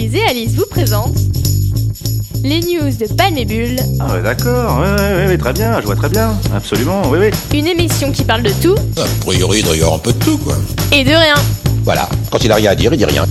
Louise et Alice vous présentent les news de Pan et Bulle. Ah ouais, d'accord, ouais, très bien, je vois très bien, absolument, oui. Une émission qui parle de tout. A priori, il doit y avoir un peu de tout, quoi. Et de rien. Voilà, quand il a rien à dire, il dit rien.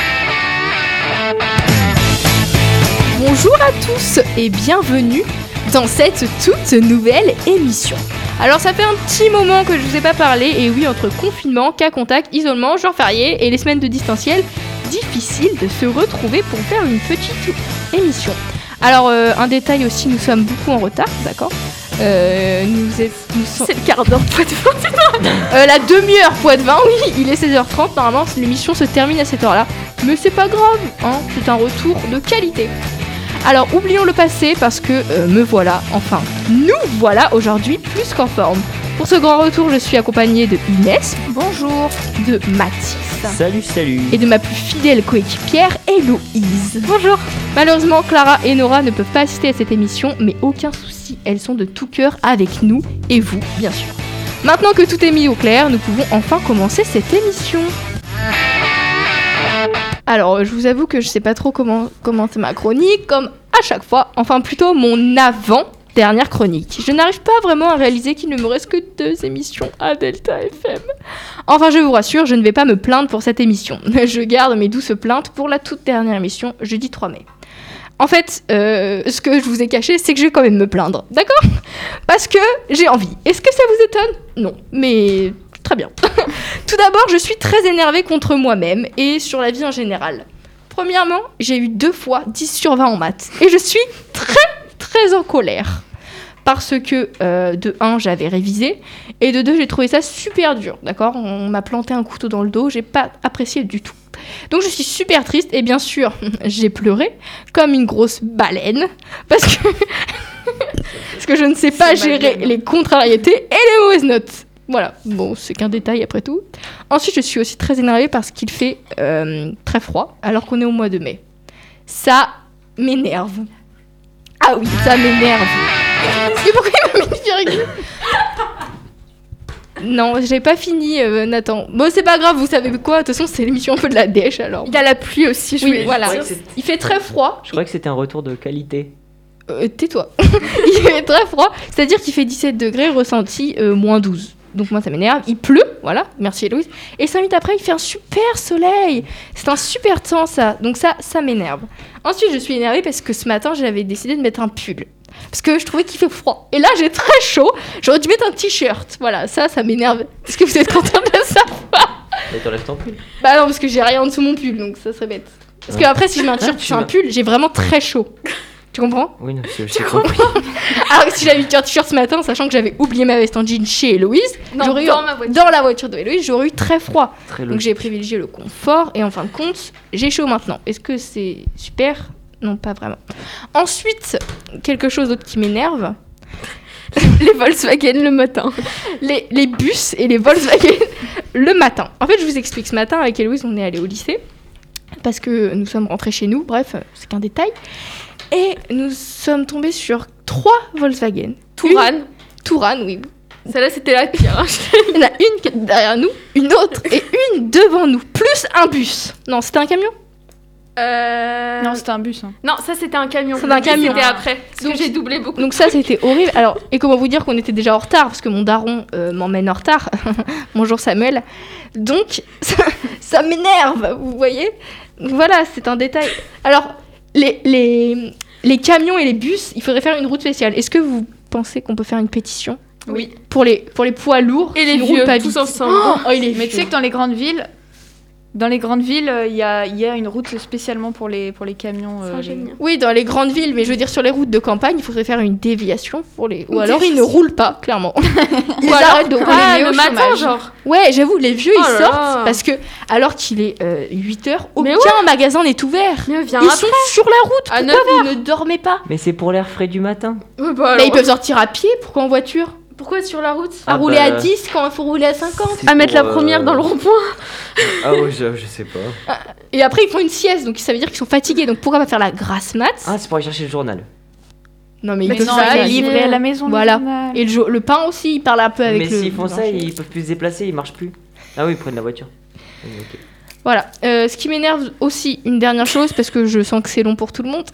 Bonjour à tous et bienvenue dans cette toute nouvelle émission. Alors ça fait un petit moment que je vous ai pas parlé, et oui, entre confinement, cas contact, isolement, jours fériés et les semaines de distanciel, difficile de se retrouver pour faire une petite émission. Alors un détail aussi, nous sommes beaucoup en retard, d'accord. C'est le quart d'heure Poitvin. La demi-heure Poitvin, oui, il est 16h30, normalement l'émission se termine à cette heure-là. Mais c'est pas grave, hein, c'est un retour de qualité. Alors oublions le passé parce que nous voilà aujourd'hui plus qu'en forme. Pour ce grand retour, je suis accompagnée de Inès. Bonjour. De Mathis. Salut. Et de ma plus fidèle coéquipière, Héloïse. Bonjour. Malheureusement, Clara et Nora ne peuvent pas assister à cette émission, mais aucun souci, elles sont de tout cœur avec nous et vous, bien sûr. Maintenant que tout est mis au clair, nous pouvons enfin commencer cette émission. Alors, je vous avoue que je sais pas trop comment commencer ma chronique, comme à chaque fois, enfin plutôt mon avant-dernière chronique. Je n'arrive pas vraiment à réaliser qu'il ne me reste que 2 émissions à Delta FM. Enfin, je vous rassure, je ne vais pas me plaindre pour cette émission. Je garde mes douces plaintes pour la toute dernière émission, jeudi 3 mai. En fait, ce que je vous ai caché, c'est que je vais quand même me plaindre, d'accord ? Parce que j'ai envie. Est-ce que ça vous étonne ? Non, mais... Très bien. Tout d'abord, je suis très énervée contre moi-même et sur la vie en général. Premièrement, j'ai eu 2 fois 10 sur 20 en maths et je suis très en colère. Parce que, de 1, j'avais révisé et de 2, j'ai trouvé ça super dur, d'accord ? On m'a planté un couteau dans le dos, j'ai pas apprécié du tout. Donc je suis super triste et bien sûr, j'ai pleuré comme une grosse baleine parce que je ne sais pas gérer les contrariétés et les mauvaises notes. Voilà, bon, c'est qu'un détail après tout. Ensuite, je suis aussi très énervée parce qu'il fait très froid, alors qu'on est au mois de mai. Ça m'énerve. Ah oui, ça m'énerve. Et pourquoi il m'a mis une virgule ? Non, j'ai pas fini, Nathan. Bon, c'est pas grave, vous savez quoi ? De toute façon, c'est l'émission un peu de la dèche, alors. Il y a la pluie aussi, voilà. Il fait très froid. Je crois que c'était un retour de qualité. Tais-toi. Il fait très froid, c'est-à-dire qu'il fait 17 degrés, ressenti moins 12. Donc moi ça m'énerve, il pleut, voilà, merci Héloïse. Et 5 minutes après il fait un super soleil. C'est un super temps ça, donc ça m'énerve. Ensuite je suis énervée parce que ce matin j'avais décidé de mettre un pull. Parce que je trouvais qu'il fait froid. Et là j'ai très chaud, j'aurais dû mettre un t-shirt. Voilà, ça m'énerve. Est-ce que vous êtes content de ça ? Mais t'enlèves ton pull. Bah non, parce que j'ai rien en dessous mon pull, donc ça serait bête. Parce que après si je mets un t-shirt, je fais un pull, j'ai vraiment très chaud. Tu comprends ? Oui, non, j'ai compris. Alors que si j'avais mis un t-shirt ce matin, sachant que j'avais oublié ma veste en jean chez Héloïse, dans la voiture de Héloïse, j'aurais eu très froid. Donc j'ai privilégié le confort et en fin de compte, j'ai chaud maintenant. Est-ce que c'est super ? Non, pas vraiment. Ensuite, quelque chose d'autre qui m'énerve, les Volkswagen le matin. Les bus et les Volkswagen le matin. En fait, je vous explique. Ce matin, avec Héloïse, on est allé au lycée parce que nous sommes rentrés chez nous. Bref, c'est qu'un détail. Et nous sommes tombés sur 3 Volkswagen. Touran, oui. Celle-là, c'était la pire. Il y en a une qui est derrière nous, une autre et une devant nous. Plus un bus. Non, c'était un camion ? Non, c'était un bus. Hein. Non, ça, c'était un camion. C'était un camion. C'était après. Parce que j'ai doublé beaucoup. Donc ça, c'était horrible. Alors, et comment vous dire qu'on était déjà en retard, parce que mon daron m'emmène en retard. Bonjour Samuel. Donc, ça m'énerve, vous voyez ? Voilà, c'est un détail. Alors... Les camions et les bus, il faudrait faire une route spéciale. Est-ce que vous pensez qu'on peut faire une pétition ? Oui. Pour les poids lourds et les vieux, tous ensemble. Mais tu sais que dans les grandes villes, il y a une route spécialement pour les camions. Oui, dans les grandes villes, mais je veux dire sur les routes de campagne, il faudrait faire une déviation pour les. Ou alors ils ne roulent pas, clairement. Ils arrêtent de rouler le matin, genre. Ouais, j'avoue, les vieux ils sortent parce que alors qu'il est 8h, aucun magasin n'est ouvert. Mais ils sont sur la route. À pourquoi vous ne dormez pas ? Mais c'est pour l'air frais du matin. Mais ils peuvent sortir à pied, pourquoi en voiture ? Pourquoi sur la route ? À rouler à 10 quand il faut rouler à 50 ? À mettre la première dans le rond-point. Ah ouais, je sais pas. Et après ils font une sieste, donc ça veut dire qu'ils sont fatigués, donc pourquoi pas faire la grasse mat ? Ah, c'est pour aller chercher le journal. Non mais il est livré à la maison. Voilà. Et le pain aussi, il parle un peu avec mais s'ils font ça, ils peuvent plus se déplacer, ils marchent plus. Ah oui, ils prennent la voiture. Okay. Voilà. Ce qui m'énerve aussi, une dernière chose, parce que je sens que c'est long pour tout le monde,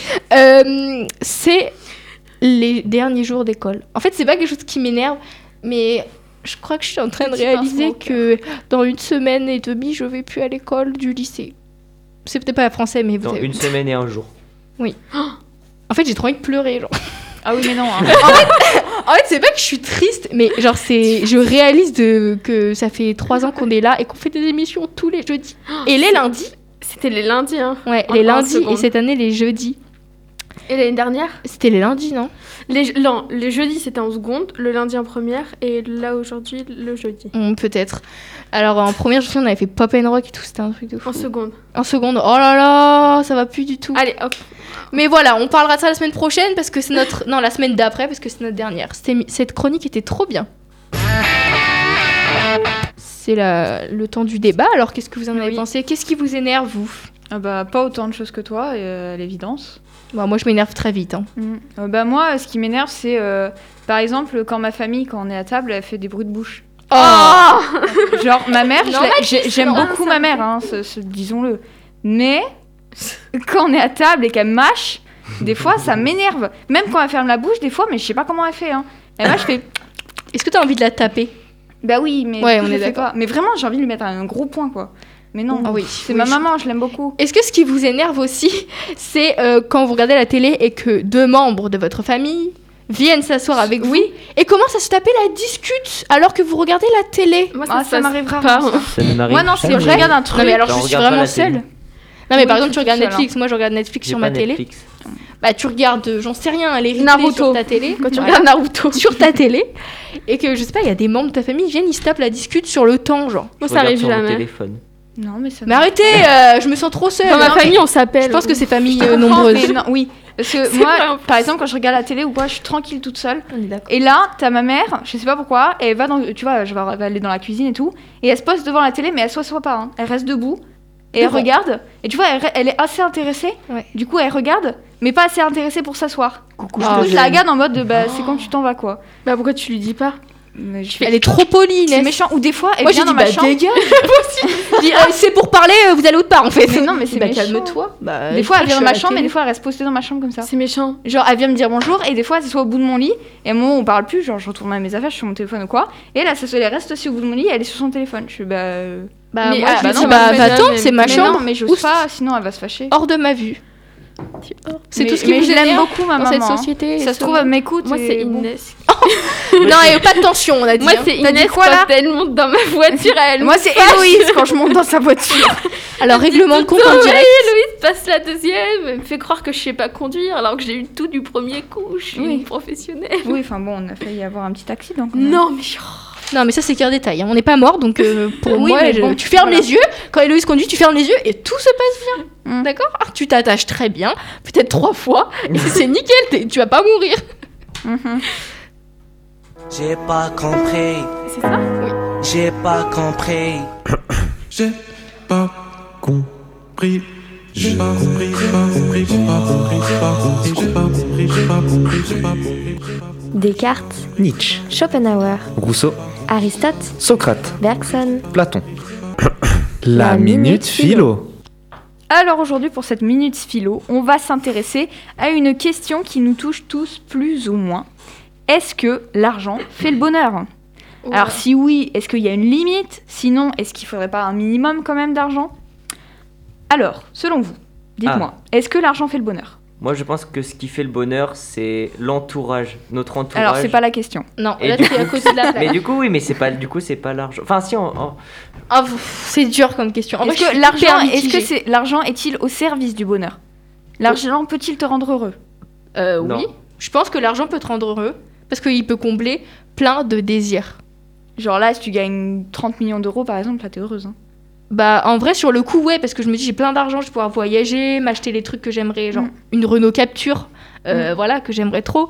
c'est les derniers jours d'école. En fait, c'est pas quelque chose qui m'énerve, mais je crois que je suis en train de réaliser que dans 1 semaine et demie, je vais plus à l'école du lycée. C'est peut-être pas français, mais vous Dans savez. 1 semaine et 1 jour. En fait, j'ai trop envie de pleurer, genre. Ah oui, mais non. Hein. En fait, c'est pas que je suis triste, mais genre, je réalise que ça fait 3 ans qu'on est là et qu'on fait des émissions tous les jeudis. Et les lundis. C'était les lundis, hein. Ouais, En les un lundis seconde. et cette année, les jeudis. Et l'année dernière C'était les lundis, non? Non, les jeudis c'était en seconde, le lundi en première, et là aujourd'hui, le jeudi. Peut-être. Alors, en première, je me souviens, on avait fait Pop and Rock et tout, c'était un truc de fou. En seconde. En seconde, oh là là, ça va plus du tout. Allez, hop. Mais voilà, on parlera de ça la semaine prochaine parce que c'est notre... Non, la semaine d'après parce que c'est notre dernière. Cette chronique était trop bien. C'est le temps du débat, alors qu'est-ce que vous en avez pensé? Qu'est-ce qui vous énerve, vous? Ah bah, pas autant de choses que toi, à l'évidence. Bah, moi, je m'énerve très vite. Hein. Bah moi, ce qui m'énerve, c'est par exemple quand ma famille, quand on est à table, elle fait des bruits de bouche. Oh Genre ma mère, Normal, j'aime normal, beaucoup ma mère, hein, disons-le. Mais quand on est à table et qu'elle mâche, des fois ça m'énerve. Même quand elle ferme la bouche, des fois, mais je sais pas comment elle fait. Hein. Elle mâche, je fais. Est-ce que t'as envie de la taper? Bah oui, mais Ouais, du coup, on je est fais d'accord. pas. Mais vraiment, j'ai envie de lui mettre un gros point, quoi. Mais non, Ah oui. c'est Oui, ma je- maman, je l'aime beaucoup. Est-ce que ce qui vous énerve aussi, c'est quand vous regardez la télé et que 2 membres de votre famille viennent s'asseoir avec vous et commencent à se taper la discute alors que vous regardez la télé? Moi, Ah, ça passe m'arrive pas. rarement. Ça ne m'arrive Moi, non, c'est jamais. vrai, je regarde un truc. Non mais alors Genre, je on suis regarde pas vraiment la seule. télé. Non mais Oui, par exemple tu tu regardes es toute seule, Netflix, moi je regarde Netflix J'ai sur pas ma télé. Netflix. Bah tu regardes, j'en sais rien, les replays Naruto. sur ta télé. Quand tu Voilà. regardes Naruto. Sur ta télé et que je sais pas, il y a des membres de ta famille qui viennent, ils se tapent la discute sur le temps genre. Moi, Je ça regarde arrive sur mon jamais. téléphone. Non, mais ça Mais arrêtez, je me sens trop seule. Dans ma Non, famille, on mais s'appelle. je pense que c'est famille Je comprends, nombreuse. mais non, oui. Parce que C'est moi, vrai, en plus. par exemple, quand je regarde la télé ou quoi, je suis tranquille toute seule. On est d'accord. Et là, t'as ma mère, je sais pas pourquoi, et elle va dans, tu vois, elle va aller dans la cuisine et tout, et elle se pose devant la télé, mais elle s'assoit pas, hein. Elle reste debout, et elle Devant. regarde, et tu vois, elle est assez intéressée, Ouais. du coup, elle regarde, mais pas assez intéressée pour s'asseoir. Coucou, Du coup, je la regarde en mode, de, bah, c'est quand tu t'en vas, quoi. Bah, pourquoi tu lui dis pas? Mais je fais, Elle est trop polie, c'est Inès. méchant, ou des fois, elle Moi j'ai vient dit dans ma bah chambre. dégage. Je dis, c'est pour parler, vous allez autre part en fait. Mais non, mais c'est bah méchant. calme-toi. Bah, Des fois, elle vient dans ma je suis à la chambre, et télé. des fois, elle reste postée dans ma chambre comme ça. C'est méchant. Genre, elle vient me dire bonjour, et des fois, elle s'assoit au bout de mon lit, et à un moment, on parle plus, genre, je retourne à mes affaires, je suis sur mon téléphone ou quoi, et là, elle reste aussi au bout de mon lit, et elle est sur son téléphone. Je suis, bah. Bah Mais, moi ah, je bah lui non, dis bah, bah mais va-t'en, non, c'est ma Mais chambre. non, mais j'ose Ou pas, sinon elle va se fâcher. hors de ma vue. C'est Mais- tout ce qui mais vous je l'aime énerve beaucoup, ma dans maman. cette hein. société. Ça se trouve, elle m'écoute. Moi, et c'est bon. Inès. Non, et pas de tension, on a dit. Moi, hein. c'est T'as dit Inès quoi, là quand elle monte dans ma voiture, elle Moi, me c'est fâche. Héloïse quand je monte dans sa voiture. Alors règlement de compte en Oui, direct. Héloïse passe la deuxième, elle me fait croire que je sais pas conduire alors que j'ai eu tout du premier coup. Je suis Oui. une professionnelle. Oui, enfin bon, on a failli avoir un petit accident. quand même. Non, mais Non mais ça c'est qu'un détail. Hein. On n'est pas mort donc pour Oui, moi mais bon, tu fermes voilà. les yeux. Quand Héloïse conduit, tu fermes les yeux et tout se passe bien. Mm. D'accord? Tu t'attaches très bien, peut-être 3 fois et c'est nickel. Tu vas pas mourir. Mhm. J'ai pas compris, c'est ça. j'ai pas compris. J'ai pas compris. J'ai pas compris, j'ai pas compris, j'ai pas compris, j'ai pas compris, j'ai pas compris, j'ai pas compris, j'ai pas compris. Descartes, Nietzsche, Schopenhauer, Rousseau, Aristote, Socrate, Bergson. Platon. La minute philo. Alors aujourd'hui, pour cette minute philo, on va s'intéresser à une question qui nous touche tous plus ou moins. Est-ce que l'argent fait le bonheur? Alors si oui, est-ce qu'il y a une limite? Sinon, est-ce qu'il faudrait pas un minimum quand même d'argent? Alors, selon vous, dites-moi, est-ce que l'argent fait le bonheur? Moi, je pense que ce qui fait le bonheur, c'est l'entourage, notre entourage. Alors c'est pas la question. Non, Et là du t'es à côté de la Mais plaque. du coup, oui, mais c'est pas, du coup, c'est pas l'argent. Enfin, si, Ah, c'est dur comme question. En vrai, Est-ce je que suis l'argent, hyper est-ce que mitigée. c'est l'argent est-il au service du bonheur? L'argent peut-il te rendre heureux? Non. Oui, je pense que l'argent peut te rendre heureux parce qu'il peut combler plein de désirs. Genre là, si tu gagnes 30 millions d'euros par exemple, là t'es heureuse. Hein. Bah en vrai sur le coup ouais parce que je me dis j'ai plein d'argent, je vais pouvoir voyager, m'acheter les trucs que j'aimerais, genre une Renault Capture, voilà que j'aimerais trop.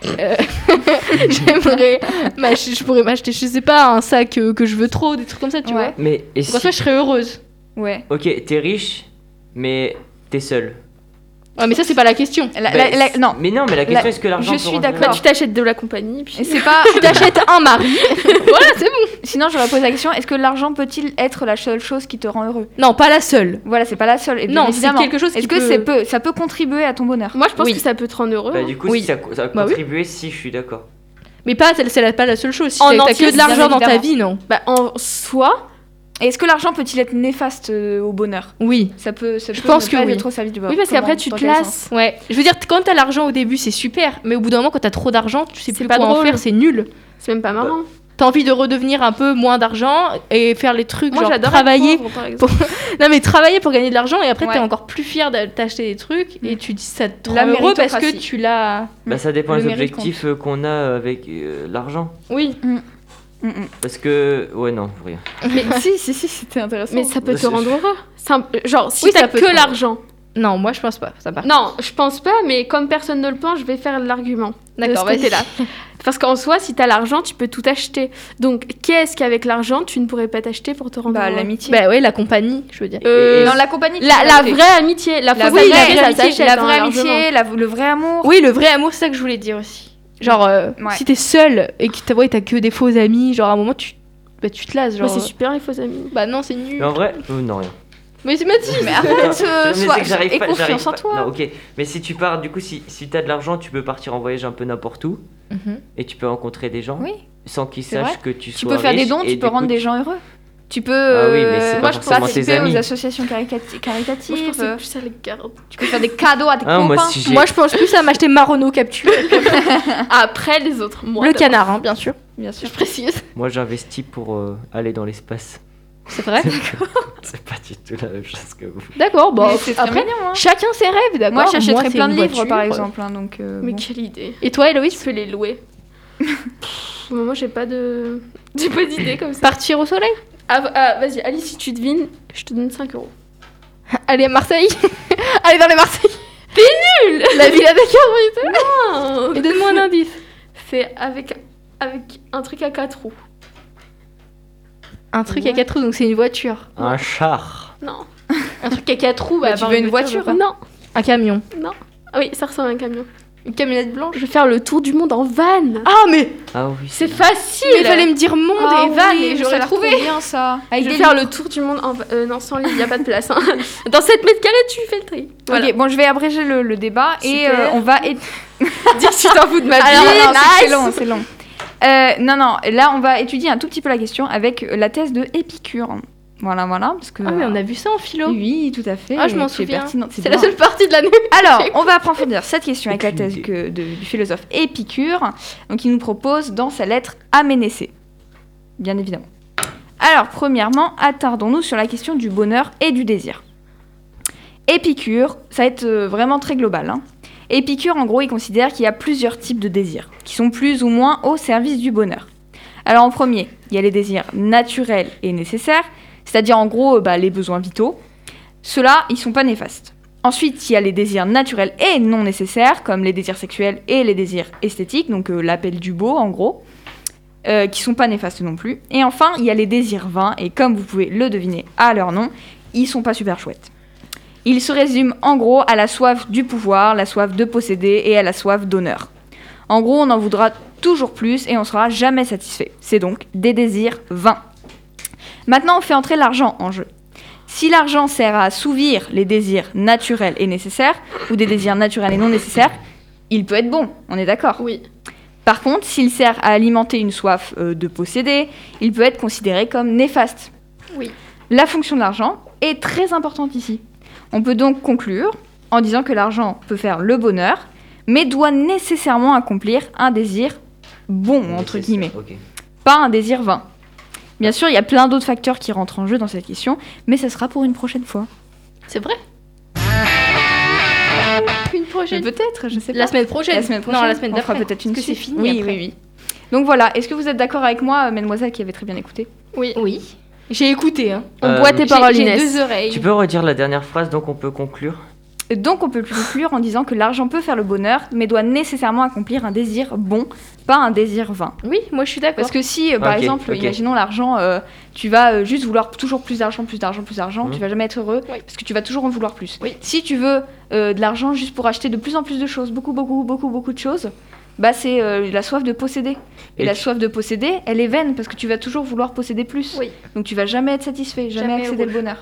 Je pourrais m'acheter je sais pas un sac que je veux trop, des trucs comme ça tu Ouais. vois. Mais et Pour ça je serais heureuse. Ouais. Ok, t'es riche, mais t'es seul. Ouais, mais ça, c'est pas la question. Non. Mais non, mais la question, est-ce que l'argent Je peut suis rendre d'accord. Bah, heureux tu t'achètes de la compagnie, puis... Et c'est pas. Tu t'achètes un mari. Voilà, c'est bon. Sinon, j'aurais posé la question est-ce que l'argent peut-il être la seule chose qui te rend heureux? Non, pas la seule. Voilà, c'est pas la seule. Et bien Non, c'est évidemment. quelque chose qui Est-ce que ça peut contribuer à ton bonheur? Moi, je pense Oui. que ça peut te rendre heureux. Bah, du coup, Oui. si ça a Bah oui. contribué, si, je suis d'accord. Mais pas, c'est pas la seule chose. Si En t'as entier, que de l'argent bien dans ta évidemment. vie, non. Bah, en soi, Et est-ce que l'argent peut-il être néfaste au bonheur? Oui. Ça peut pense ne que pas oui. être au service du bonheur. oui, parce qu'après, tu Dans te quel lasses. sens? Ouais. Je veux dire, quand t'as l'argent au début, c'est super. Mais au bout d'un moment, quand t'as trop d'argent, tu sais C'est plus pas quoi en drôle. faire, c'est nul. C'est même pas marrant. T'as envie de redevenir un peu moins d'argent et faire les trucs, Moi, genre j'adore travailler. être pauvre, par exemple. Non, mais travailler pour gagner de l'argent et après, Ouais. t'es encore plus fier de t'acheter des trucs et tu dis ça te La rend heureux parce que méritocratie. tu l'as. Bah, ça dépend Le des mérite objectifs qu'on a avec l'argent. Oui. Parce que. Ouais, non, rien. Mais si, c'était intéressant. Mais ça peut te C'est- rendre heureux. Genre, si Oui, ça t'as peut que te rendre- l'argent. Non, moi, je pense pas. Ça part. Non, je pense pas, mais comme personne ne le pense, je vais faire l'argument. D'accord, de ce vas-y. côté-là. Parce qu'en soi, si t'as l'argent, tu peux tout acheter. Donc, qu'est-ce qu'avec l'argent, tu ne pourrais pas t'acheter pour te rendre Bah, heureux l'amitié. Bah ouais, la compagnie, je veux dire. Non, la compagnie. La vraie amitié. La fausse vraie amitié, ça amitié, s'achète. la hein, vraie largement. amitié, le vrai amour. Oui, le vrai amour, c'est ça que je voulais dire aussi. Genre, Ouais. si t'es seul et que t'as que des faux amis, genre à un moment, tu te lasses. Bah, Genre, c'est super, les faux amis. bah non, c'est nul. Mais en vrai, non, rien. Mais c'est Mathilde. Mais arrête, Mais c'est que j'arrive aie pas- confiance j'arrive en pas- toi. Non, ok. Mais si tu pars, du coup, si t'as de l'argent, tu peux partir en voyage un peu n'importe où Mhm. et tu peux rencontrer des gens Oui. sans qu'ils C'est sachent vrai. que tu Tu sois peux faire des riche dons, et tu peux du rendre coup, des gens heureux. Tu peux Ah oui, mais c'est pas forcément participer tes amis. aux associations caritatives. Moi, je pensais plus à les gardes. Tu peux faire des cadeaux à tes Ah, moi, copains. si j'ai- Moi, je pense plus à m'acheter Marono capture. Après, les autres. Moi, Le d'abord. canard, hein, bien sûr. Bien sûr. Je précise. Moi, j'investis pour aller dans l'espace. C'est vrai. C'est pas du tout la même chose que vous. D'accord, bon. Mais c'est très Après, mignon, hein. chacun ses rêves, d'accord. Moi, j'achèterais c'est plein de une livres, voiture. par exemple. Hein, donc, Mais bon. quelle idée. Et toi, Héloïse? Tu peux les louer. Moi, j'ai pas de... J'ai pas d'idée comme ça. Partir au soleil? Vas-y, Alice, si tu devines, je te donne 5 euros. Aller à Marseille. Aller dans les Marseille. Nul. La villa d'accord, Non. Et donne-moi un indice. C'est avec un truc à 4 roues. Un truc à 4 roues, donc c'est une voiture. Un char. Non. Un truc à 4 roues, Bah, bah, tu par veux une voiture, je sais pas. Non. Un camion. Non. Ah oui, ça ressemble à un camion. Une camionnette blanche. Je vais faire le tour du monde en van. Ah, mais Ah oui. C'est facile. il fallait me dire monde Ah et van oui, et ça a j'aurais l'air trouvé. trop bien ça. Je Avec vais des faire livres. le tour du monde en non, sans lit, il n'y a pas de place. Hein. Dans 7 mètres carrés, tu fais le tri. Voilà. Ok, bon, je vais abréger le débat et Super. on va. Dire si t'en fous de ma vie. Alors, non, c'est nice. long, c'est long. Non, là, on va étudier un tout petit peu la question avec la thèse de Épicure. Voilà, parce que. Ah, mais on a vu ça en philo. Oui, tout à fait. Ah, je m'en Tu es souviens. pertinente, C'est la bien. seule partie de l'année. Alors, on va approfondir cette question avec la Aucune thèse idée. du philosophe Épicure, donc il nous propose dans sa lettre à Ménécée, bien évidemment. Alors, premièrement, attardons-nous sur la question du bonheur et du désir. Épicure, ça va être vraiment très global. Hein. Épicure, en gros, il considère qu'il y a plusieurs types de désirs, qui sont plus ou moins au service du bonheur. Alors, en premier, il y a les désirs naturels et nécessaires, c'est-à-dire en gros les besoins vitaux. Ceux-là, ils sont pas néfastes. Ensuite, il y a les désirs naturels et non nécessaires, comme les désirs sexuels et les désirs esthétiques, donc l'appel du beau en gros, qui sont pas néfastes non plus. Et enfin, il y a les désirs vains, et comme vous pouvez le deviner à leur nom, ils sont pas super chouettes. Ils se résument en gros à la soif du pouvoir, la soif de posséder et à la soif d'honneur. En gros, on en voudra toujours plus et on sera jamais satisfait. C'est donc des désirs vains. Maintenant, on fait entrer l'argent en jeu. Si l'argent sert à assouvir les désirs naturels et nécessaires, ou des désirs naturels et non nécessaires, il peut être bon, on est d'accord. Oui. Par contre, s'il sert à alimenter une soif de posséder, il peut être considéré comme néfaste. Oui. La fonction de l'argent est très importante ici. On peut donc conclure en disant que l'argent peut faire le bonheur, mais doit nécessairement accomplir un désir bon, entre guillemets, Ok. pas un désir vain. Bien sûr, il y a plein d'autres facteurs qui rentrent en jeu dans cette question, mais ça sera pour une prochaine fois. C'est vrai. Une prochaine. Peut-être, je sais pas. La semaine prochaine. La semaine prochaine. Non, la semaine on fera d'après. peut-être une Parce que c'est suite. fini Oui, après. oui. Donc voilà, est-ce que vous êtes d'accord avec moi, mademoiselle qui avait très bien écouté? Oui. Oui. J'ai écouté. Hein. On boit tes paroles, J'ai Inès. 2 oreilles. Tu peux redire la dernière phrase, donc on peut conclure. Donc on peut le conclure en disant que l'argent peut faire le bonheur, mais doit nécessairement accomplir un désir bon, pas un désir vain. Oui, moi je suis d'accord. Parce que si, par exemple, imaginons l'argent, tu vas juste vouloir toujours plus d'argent, tu vas jamais être heureux, parce que tu vas toujours en vouloir plus. Oui. Si tu veux de l'argent juste pour acheter de plus en plus de choses, beaucoup de choses, bah c'est la soif de posséder. Et la soif de posséder, elle est vaine, parce que tu vas toujours vouloir posséder plus. Oui. Donc tu vas jamais être satisfait, jamais accéder au bonheur.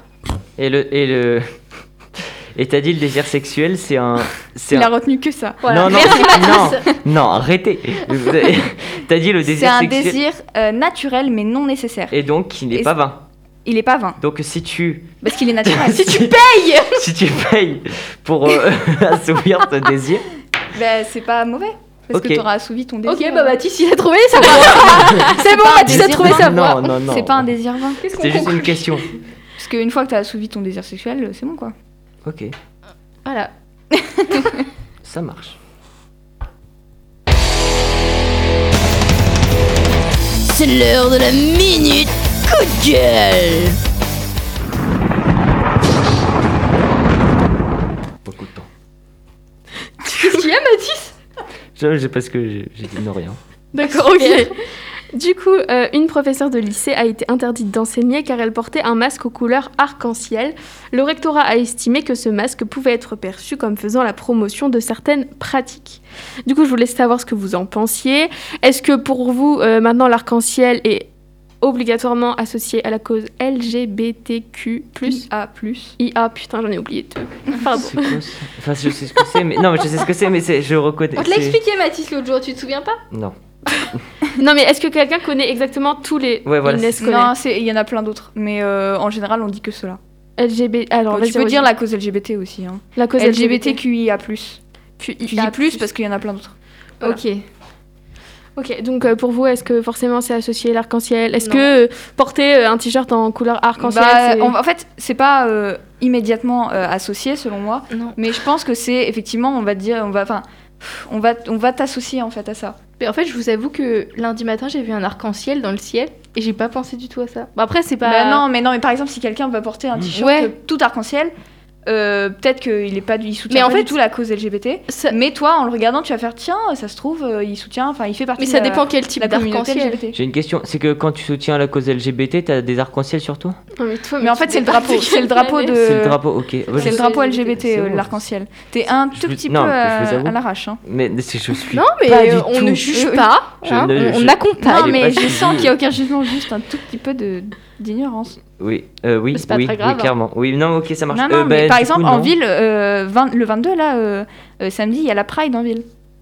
Et t'as dit le désir sexuel, c'est un... Il a retenu que ça. Voilà. Non, arrêtez. T'as dit le désir sexuel. C'est un désir naturel, mais non nécessaire. Et donc, qui n'est pas vain. Il est pas vain. Donc si tu... Parce qu'il est naturel. Si tu payes Si tu payes pour assouvir ce désir... Bah, c'est pas mauvais. Parce que t'auras assouvi ton désir. Ok, bah Mathis, il a trouvé sa voie. C'est bon, Mathis a trouvé sa voie. Non. C'est pas un désir vain. C'est juste une question. Parce qu'une fois que t'as assouvi ton désir sexuel, c'est bon, quoi. Ok. Voilà. Ça marche. C'est l'heure de la minute coup de gueule. Beaucoup de temps. Qu'est-ce qu'il y a, Mathis? Parce que j'ai dit non, rien. D'accord, ok. Du coup, une professeure de lycée a été interdite d'enseigner car elle portait un masque aux couleurs arc-en-ciel. Le rectorat a estimé que ce masque pouvait être perçu comme faisant la promotion de certaines pratiques. Du coup, je voulais savoir ce que vous en pensiez. Est-ce que pour vous, maintenant, l'arc-en-ciel est obligatoirement associé à la cause LGBTQ+. IA, putain, j'en ai oublié deux. Pardon. C'est quoi ça? Enfin, je sais ce que c'est, mais... Non, mais je sais ce que c'est, mais je reconnais... On te l'a expliqué, Mathis, l'autre jour, tu te souviens pas? Non. Non, mais est-ce que quelqu'un connaît exactement tous les... Ouais, voilà. Non, il y en a plein d'autres, mais en général, on dit que cela. LGBT... Alors, tu peux dire la cause LGBT aussi. Hein. La cause LGBTQIA+. QIA+, parce qu'il y en a plein d'autres. Voilà. Ok, donc pour vous, est-ce que forcément c'est associé à l'arc-en-ciel? Est-ce que porter un t-shirt en couleur arc-en-ciel, en fait, c'est pas immédiatement associé selon moi, mais je pense que c'est effectivement, on va t'associer en fait à ça. Mais en fait, je vous avoue que lundi matin, j'ai vu un arc-en-ciel dans le ciel et j'ai pas pensé du tout à ça. Bon, après, c'est pas... non, mais par exemple, si quelqu'un va porter un t-shirt tout arc-en-ciel, peut-être qu'il soutient pas du tout la cause LGBT, mais toi, en le regardant, tu vas faire tiens, ça se trouve, il fait partie mais ça dépend quel type d'arc-en-ciel. J'ai une question, c'est que quand tu soutiens la cause LGBT, t'as des arcs-en-ciel sur toi? Mais en fait, c'est le drapeau. C'est le drapeau de. C'est le drapeau, ok. C'est le drapeau LGBT, l'arc-en-ciel. T'es un tout petit peu à l'arrache. Hein. Mais je suis. Non, mais on ne juge pas. On accompagne. Non, mais je sens qu'il n'y a aucun jugement, juste un tout petit peu d'ignorance. Oui, c'est pas très grave, clairement. Oui, non, ok, ça marche. Non, mais par exemple, en ville, le 22, là, samedi, il y a la Pride en ville.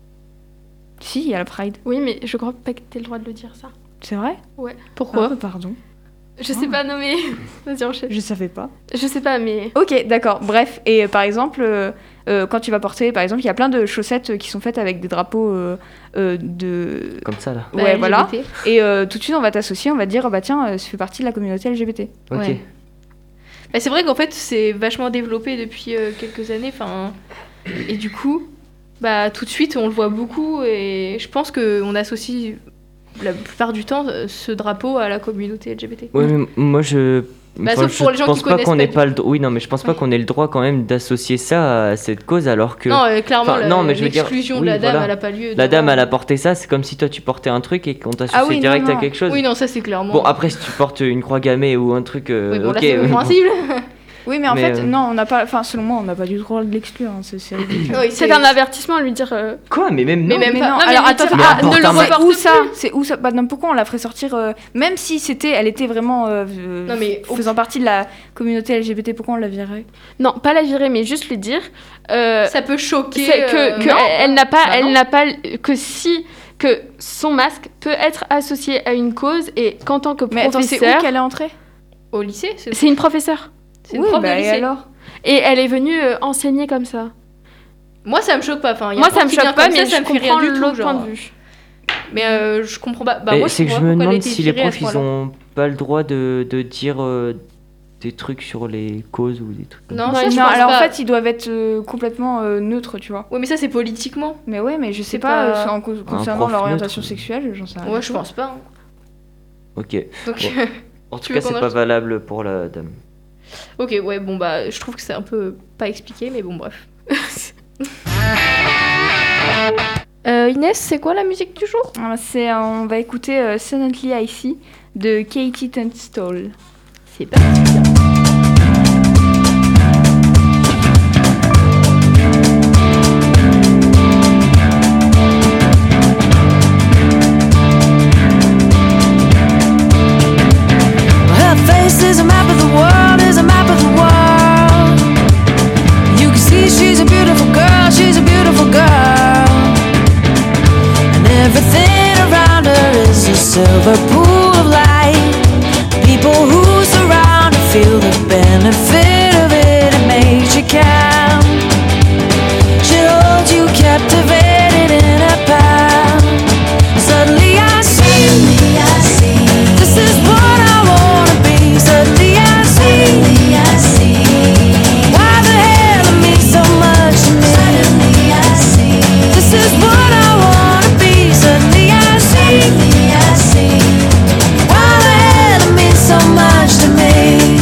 Si, il y a la Pride. Oui, mais je crois pas que t'aies le droit de le dire, ça. C'est vrai? Ouais. Pourquoi? Pardon. Je sais pas, non mais... Vas-y, enchaîne. Je savais pas. Je sais pas, mais... Ok, d'accord. Bref, et par exemple, quand tu vas porter... Par exemple, il y a plein de chaussettes qui sont faites avec des drapeaux de... Comme ça, là. Ouais, voilà. Et tout de suite, on va t'associer, on va te dire, bah tiens, ça fait partie de la communauté LGBT. Ok. Ouais. Bah, c'est vrai qu'en fait, c'est vachement développé depuis quelques années. Et du coup, bah, tout de suite, on le voit beaucoup. Et je pense qu'on associe... la plupart du temps ce drapeau à la communauté LGBT. Oui, mais moi sauf pour les gens qui connaissent pas. Oui, non, mais je pense pas qu'on ait le droit quand même d'associer ça à cette cause alors que. Non, clairement, l'exclusion de la dame, elle a pas lieu. La dame, elle a porté ça, c'est comme si toi tu portais un truc et qu'on t'associe direct à quelque chose. Oui, non, ça c'est clairement. Bon, après, si tu portes une croix gammée ou un truc. Oui, bon, là, c'est compréhensible. Oui, mais en fait, non, on n'a pas. Enfin, selon moi, on n'a pas du droit de l'exclure. Hein, c'est ridicule. Oui, c'est un avertissement à lui dire. Quoi? Mais même non. Mais non. Alors attends, ne le reporte où ça? C'est où ça? Bah non, pourquoi on la ferait sortir? Même si elle était vraiment faisant partie de la communauté LGBT, pourquoi on la virerait? Non, pas la virer, mais juste lui dire. Ça peut choquer. Elle n'a pas que son masque peut être associé à une cause et qu'en tant que professeur. Mais attends, c'est où qu'elle est entrée? Au lycée, c'est une professeure. C'est une prof de lycée. Et alors? Et elle est venue enseigner comme ça. Moi, ça me choque pas. Moi, ça me choque pas, mais ça je me fait comprends rien du tout, l'autre point de vue. Mais je comprends pas. Bah, moi, c'est que je me demande si les profs, ils ont pas le droit de dire des trucs sur les causes ou des trucs. Non, ça, je pense alors pas. en fait, ils doivent être complètement neutres, tu vois. Oui, mais ça, c'est politiquement. Mais ouais, mais je sais pas concernant l'orientation sexuelle, j'en sais rien. Ouais, je pense pas. Ok. Donc, en tout cas, c'est pas valable pour la dame. Ok, ouais, bon, bah, je trouve que c'est un peu pas expliqué, mais bon, bref. Inès, c'est quoi la musique du jour? On va écouter Suddenly I See de Katie Tunstall. C'est parti. Her face is a map of the world, is a map of the world. You can see she's a beautiful girl, she's a beautiful girl. And everything around her is a silver pool of light. People who surround her feel the benefit of it, it makes you count. She holds you captivated in her palm. Suddenly I see, this is what I wanna be. Suddenly I see, why the hell it means so much to me. Suddenly I see, this is what I wanna be. Suddenly I see, why the hell it means so much to me.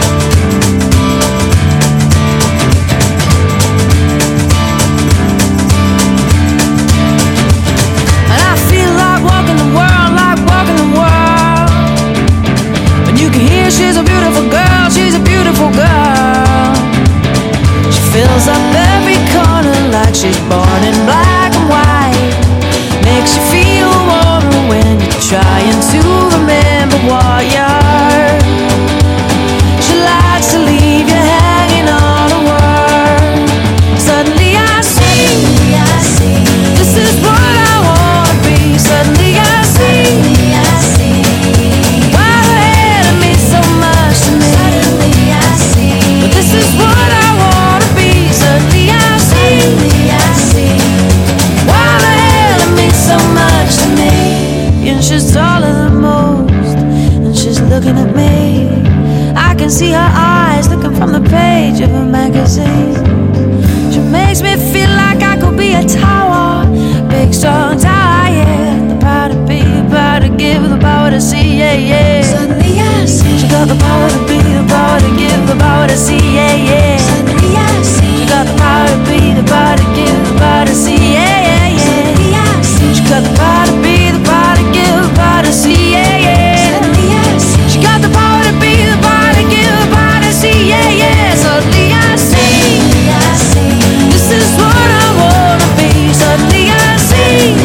And I feel like walking the world, like walking the world. And you can hear she's a beautiful girl, she's a beautiful girl. She fills up every corner like she's born in black and white. Makes you feel warmer when you're trying to remember what you heard. She likes to leave you hanging on a word. Suddenly I see, this is what I wanna be. Suddenly I see, why the hell it means so much to me. Suddenly I see, but this is what I wanna be. Suddenly I see, why the hell it means so much to me. And she's taller than most, and she's looking at me. I can see her eyes looking from the page of a magazine. She makes me feel like I could be a tower, big strong tower, yeah. The power to be, the power to give, the power to see, yeah, yeah. Suddenly I see, she got the power to be, the power to give, the power to see, yeah, yeah. Suddenly I see, she got the power to be, the power to give, the power to see, yeah, yeah, yeah. Suddenly I see, she got the power to be, the power to give, the power to see, yeah, yeah. Suddenly I see, she got the power to be, the power to give, the power to see, yeah, yeah. Suddenly I see, this is what I wanna be. Suddenly I see,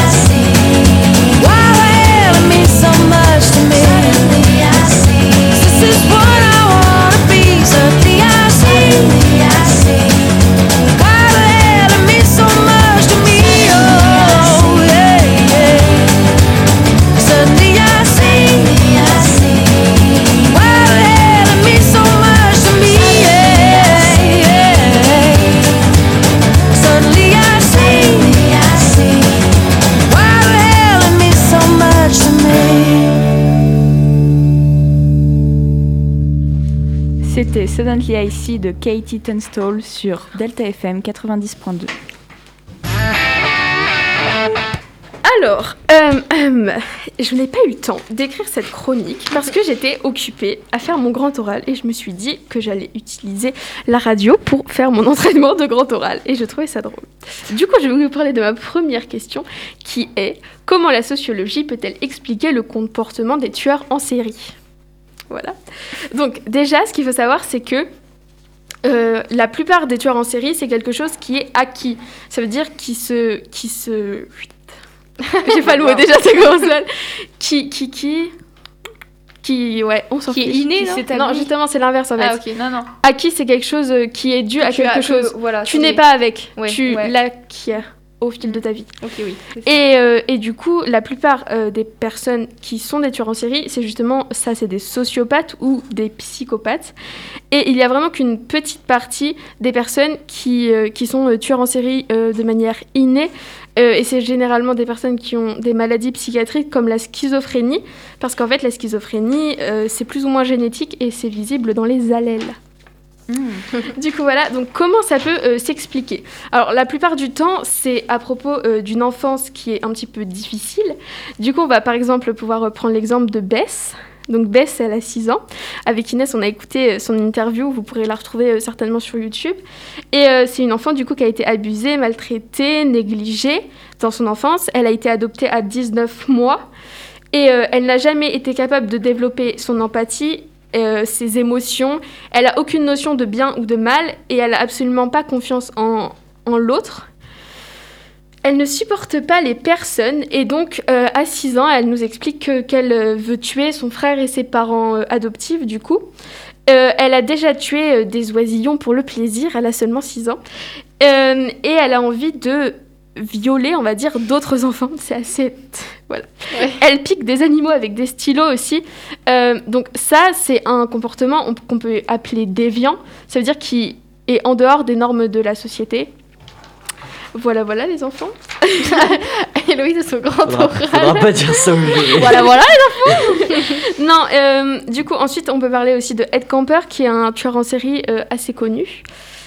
why the hell it means so much to me. Suddenly I see, this is what I wanna be. Suddenly I see, why the hell it means so much to me. Oh yeah, yeah. Suddenly I see, why the hell it means so much to me. Yeah, yeah. Suddenly I see, why the hell it means so much to me. C'était Suddenly I See de Katie Tunstall sur Delta FM 90.2. Alors, je n'ai pas eu le temps d'écrire cette chronique parce que j'étais occupée à faire mon grand oral et je me suis dit que j'allais utiliser la radio pour faire mon entraînement de grand oral et je trouvais ça drôle. Du coup, je vais vous parler de ma première question qui est: comment la sociologie peut-elle expliquer le comportement des tueurs en série ? Voilà. Donc déjà, ce qu'il faut savoir, c'est que la plupart des tueurs en série, c'est quelque chose qui est acquis. Ça veut dire qui se... J'ai pas le mot déjà, ça commence mal. Ouais, on s'en fiche. Qui est inné, non ? Non, justement, c'est l'inverse en fait. Ah ok, non. Acquis, c'est quelque chose qui est dû à quelque chose. Voilà, tu n'es pas avec, ouais, tu ouais. l'acquiers au fil de ta vie. Ok, oui. Et du coup, la plupart des personnes qui sont des tueurs en série, c'est justement ça, c'est des sociopathes ou des psychopathes. Et il y a vraiment qu'une petite partie des personnes qui sont tueurs en série de manière innée. Et c'est généralement des personnes qui ont des maladies psychiatriques comme la schizophrénie, parce qu'en fait, la schizophrénie, c'est plus ou moins génétique et c'est visible dans les allèles. Du coup, voilà. Donc, comment ça peut s'expliquer ? Alors, la plupart du temps, c'est à propos d'une enfance qui est un petit peu difficile. Du coup, on va par exemple pouvoir prendre l'exemple de Bess. Donc Bess, elle a 6 ans. Avec Inès, on a écouté son interview, vous pourrez la retrouver certainement sur YouTube. Et c'est une enfant du coup qui a été abusée, maltraitée, négligée dans son enfance. Elle a été adoptée à 19 mois et elle n'a jamais été capable de développer son empathie, ses émotions. Elle n'a aucune notion de bien ou de mal et elle n'a absolument pas confiance en l'autre. Elle ne supporte pas les personnes et donc à 6 ans, elle nous explique qu'elle veut tuer son frère et ses parents adoptifs du coup. Elle a déjà tué des oisillons pour le plaisir, elle a seulement 6 ans. Et elle a envie de violer, on va dire, d'autres enfants. C'est assez... voilà. Ouais. Elle pique des animaux avec des stylos aussi. Donc ça, c'est un comportement qu'on peut appeler déviant. Ça veut dire qu'il est en dehors des normes de la société. Voilà, les enfants. Héloïse a son grand oral. Faudra pas dire ça au jury. Voilà, les enfants. Non, du coup, ensuite, on peut parler aussi de Ed Kemper, qui est un tueur en série assez connu.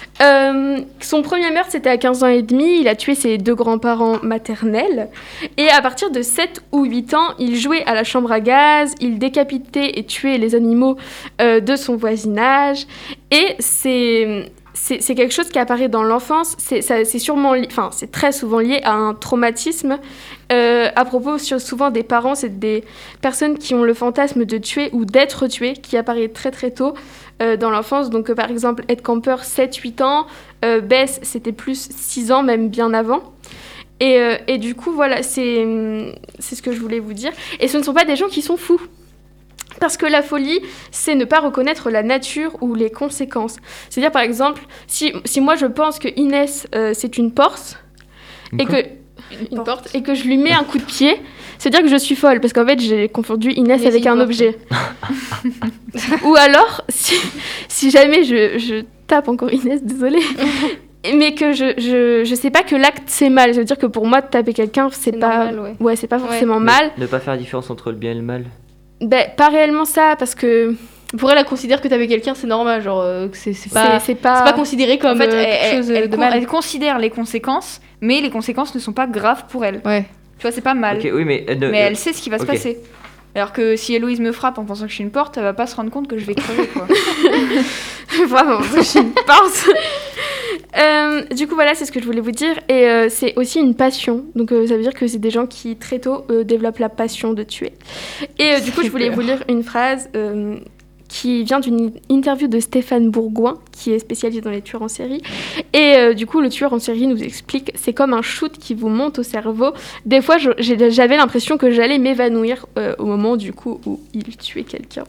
Son premier meurtre, c'était à 15 ans et demi. Il a tué ses 2 grands-parents maternels. Et à partir de 7 ou 8 ans, il jouait à la chambre à gaz. Il décapitait et tuait les animaux de son voisinage. Et c'est quelque chose qui apparaît dans l'enfance. C'est très souvent lié à un traumatisme. À propos souvent des parents, c'est des personnes qui ont le fantasme de tuer ou d'être tuées, qui apparaît très très tôt dans l'enfance. Donc par exemple, Ed Kemper, 7-8 ans. Bess, c'était plus 6 ans, même bien avant. Et du coup, voilà, c'est ce que je voulais vous dire. Et ce ne sont pas des gens qui sont fous. Parce que la folie, c'est ne pas reconnaître la nature ou les conséquences. C'est-à-dire, par exemple, si moi je pense que Inès, c'est une porte, et que je lui mets un coup de pied, c'est-à-dire que je suis folle, parce qu'en fait, j'ai confondu Inès avec un objet. Ou alors, si jamais je tape encore Inès, désolée, mais que je sais pas que l'acte, c'est mal. Ça veut dire que pour moi, de taper quelqu'un, c'est pas... Normal, ouais, c'est pas forcément mal. Ne pas faire la différence entre le bien et le mal. Ben, pas réellement ça, parce que... Pour elle, elle considère que taper quelqu'un, c'est normal, genre que c'est pas considéré comme en fait, quelque chose de mal. Elle considère les conséquences, mais les conséquences ne sont pas graves pour elle. Ouais. Tu vois, c'est pas mal. Okay, oui, mais elle sait ce qui va se passer. Alors que si Héloïse me frappe en pensant que je suis une porte, elle va pas se rendre compte que je vais crever, quoi. Vraiment, je suis une porte. Du coup, voilà, c'est ce que je voulais vous dire. Et c'est aussi une passion. Donc, ça veut dire que c'est des gens qui, très tôt, développent la passion de tuer. Et du coup, je voulais vous lire une phrase qui vient d'une interview de Stéphane Bourgoin, qui est spécialisé dans les tueurs en série. Et du coup, le tueur en série nous explique, c'est comme un shoot qui vous monte au cerveau. Des fois, j'avais l'impression que j'allais m'évanouir au moment, du coup, où il tuait quelqu'un.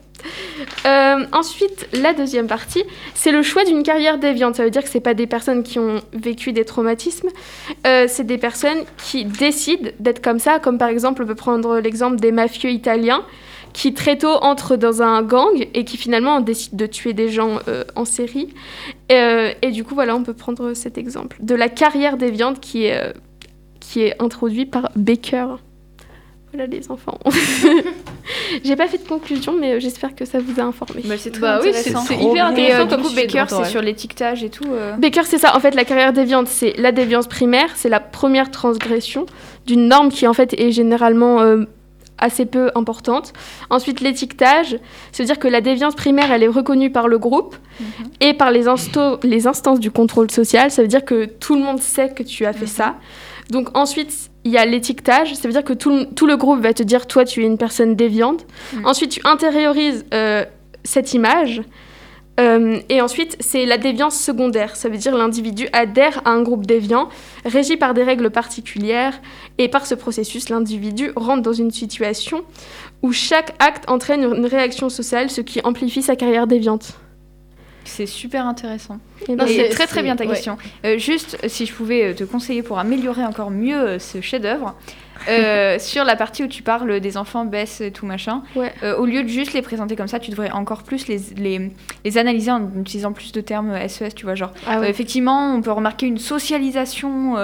Ensuite, la deuxième partie, c'est le choix d'une carrière déviante. Ça veut dire que c'est pas des personnes qui ont vécu des traumatismes, c'est des personnes qui décident d'être comme ça, comme par exemple, on peut prendre l'exemple des mafieux italiens, qui très tôt entrent dans un gang et qui finalement décident de tuer des gens en série. Et du coup, voilà, on peut prendre cet exemple de la carrière déviante qui est introduit par Baker. Voilà les enfants. J'ai pas fait de conclusion, mais j'espère que ça vous a informé. Bah, c'est très intéressant. C'est hyper intéressant comme du coup, Baker, c'est sur l'étiquetage et tout. Baker, c'est ça. En fait, la carrière déviante, c'est la déviance primaire, c'est la première transgression d'une norme qui en fait est généralement assez peu importante. Ensuite, l'étiquetage, c'est-à-dire que la déviance primaire, elle est reconnue par le groupe et par les instances du contrôle social. Ça veut dire que tout le monde sait que tu as fait ça. Donc ensuite, il y a l'étiquetage, ça veut dire que tout le groupe va te dire « toi, tu es une personne déviante ». Ensuite, tu intériorises cette image. Et ensuite, c'est la déviance secondaire. Ça veut dire l'individu adhère à un groupe déviant, régi par des règles particulières. Et par ce processus, l'individu rentre dans une situation où chaque acte entraîne une réaction sociale, ce qui amplifie sa carrière déviante. C'est super intéressant. Non, c'est très très bien ta question. Juste, si je pouvais te conseiller pour améliorer encore mieux ce chef-d'œuvre, sur la partie où tu parles des enfants Bess et tout machin, au lieu de juste les présenter comme ça, tu devrais encore plus les analyser en utilisant plus de termes SES, tu vois, genre effectivement, on peut remarquer une socialisation,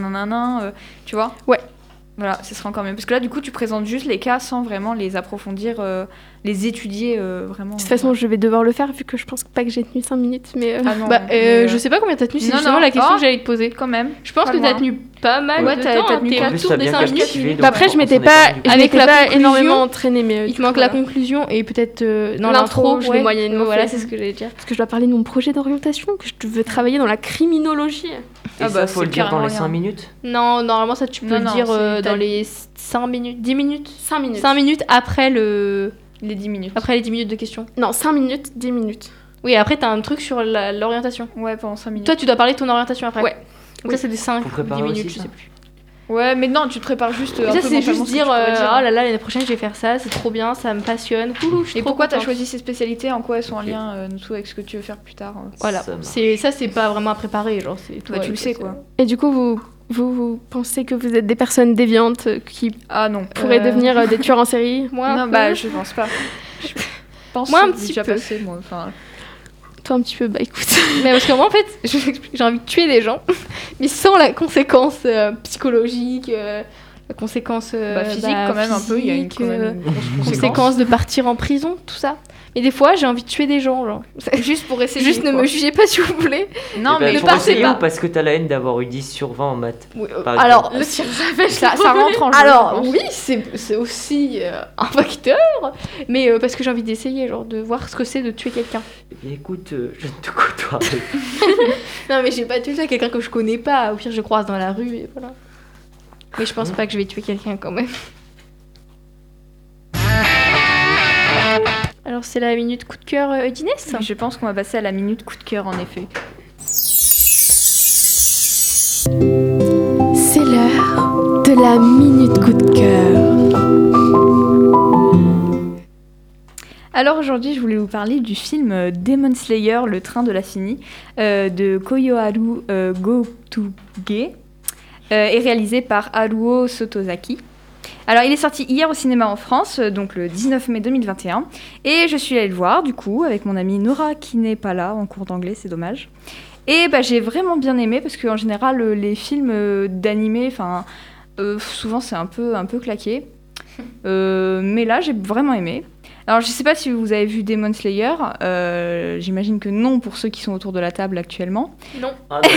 tu vois. Ouais. Voilà, ce serait encore mieux. Parce que là, du coup, tu présentes juste les cas sans vraiment les approfondir, les étudier vraiment. De toute façon, je vais devoir le faire vu que je pense pas que j'ai tenu 5 minutes. Mais Ah non, je sais pas combien t'as tenu, c'est justement la question que j'allais te poser. Quand même. Je pense que t'as tenu pas mal Ouais, de t'as temps. tenu T'es quatre autour des 5 minutes. Bah après, je m'étais pas énormément entraînée, mais il te manque la conclusion et peut-être l'intro, je l'ai moyennement voilà, fait. c'est ce que j'allais dire. Parce que je dois parler de mon projet d'orientation, que je veux travailler dans la criminologie. Et ça, faut le dire dans les 5 minutes. Non, normalement, ça, tu peux le dire dans les 5 minutes, 10 minutes. 5 minutes. 5 minutes après les 10 minutes. Après les 10 minutes de questions. Non, 5 minutes, 10 minutes. Oui, après, t'as un truc sur l'orientation. Ouais, pendant 5 minutes. Toi, tu dois parler de ton orientation après. Ouais. Donc ça, c'est des 5 10 minutes, aussi, je sais plus. Ouais, mais non, tu te prépares juste. Mais ça, c'est juste dire, oh là là, l'année prochaine, je vais faire ça, c'est trop bien, ça me passionne. Et pourquoi t'as choisi ces spécialités? En quoi elles sont en lien avec ce que tu veux faire plus tard? Voilà, c'est pas vraiment à préparer, genre, c'est toi, tu le sais, quoi. Et du coup, vous pensez que vous êtes des personnes déviantes qui pourraient devenir des tueurs en série? Moi, non, bah, je pense pas. Je pense moi, un que petit déjà peu. Passé, moi. Enfin... Toi, un petit peu, bah écoute. Mais parce que moi, en fait, je m'explique, j'ai envie de tuer des gens, mais sans la conséquence psychologique, la conséquence physique, quand même, un peu. Il y a une conséquence de partir en prison, tout ça. Mais des fois, j'ai envie de tuer des gens, genre. Juste pour essayer. Juste ne me jugez pas, s'il vous plaît. Non, mais ne partez pas. Parce que t'as la haine d'avoir eu 10 sur 20 en maths. Oui, alors, ça rentre en jeu. Alors, oui, c'est aussi un facteur, mais parce que j'ai envie d'essayer, genre, de voir ce que c'est de tuer quelqu'un. Eh bien, écoute, je ne te côtoierai. Non, mais j'ai pas tué quelqu'un que je connais pas. Au pire, je croise dans la rue et voilà. Mais je pense pas que je vais tuer quelqu'un quand même. Alors, c'est la minute coup de cœur d'Inès. Je pense qu'on va passer à la minute coup de cœur, en effet. C'est l'heure de la minute coup de cœur. Alors aujourd'hui, je voulais vous parler du film Demon Slayer, le train de l'infini, de Koyoharu Gotouge, et réalisé par Haruo Sotozaki. Alors, il est sorti hier au cinéma en France, donc le 19 mai 2021, et je suis allée le voir, du coup, avec mon amie Nora, qui n'est pas là, en cours d'anglais, c'est dommage. Et bah, j'ai vraiment bien aimé, parce qu'en général, les films d'animé, souvent c'est un peu claqué. Mais là, j'ai vraiment aimé. Alors, je sais pas si vous avez vu Demon Slayer, j'imagine que non pour ceux qui sont autour de la table actuellement. Non.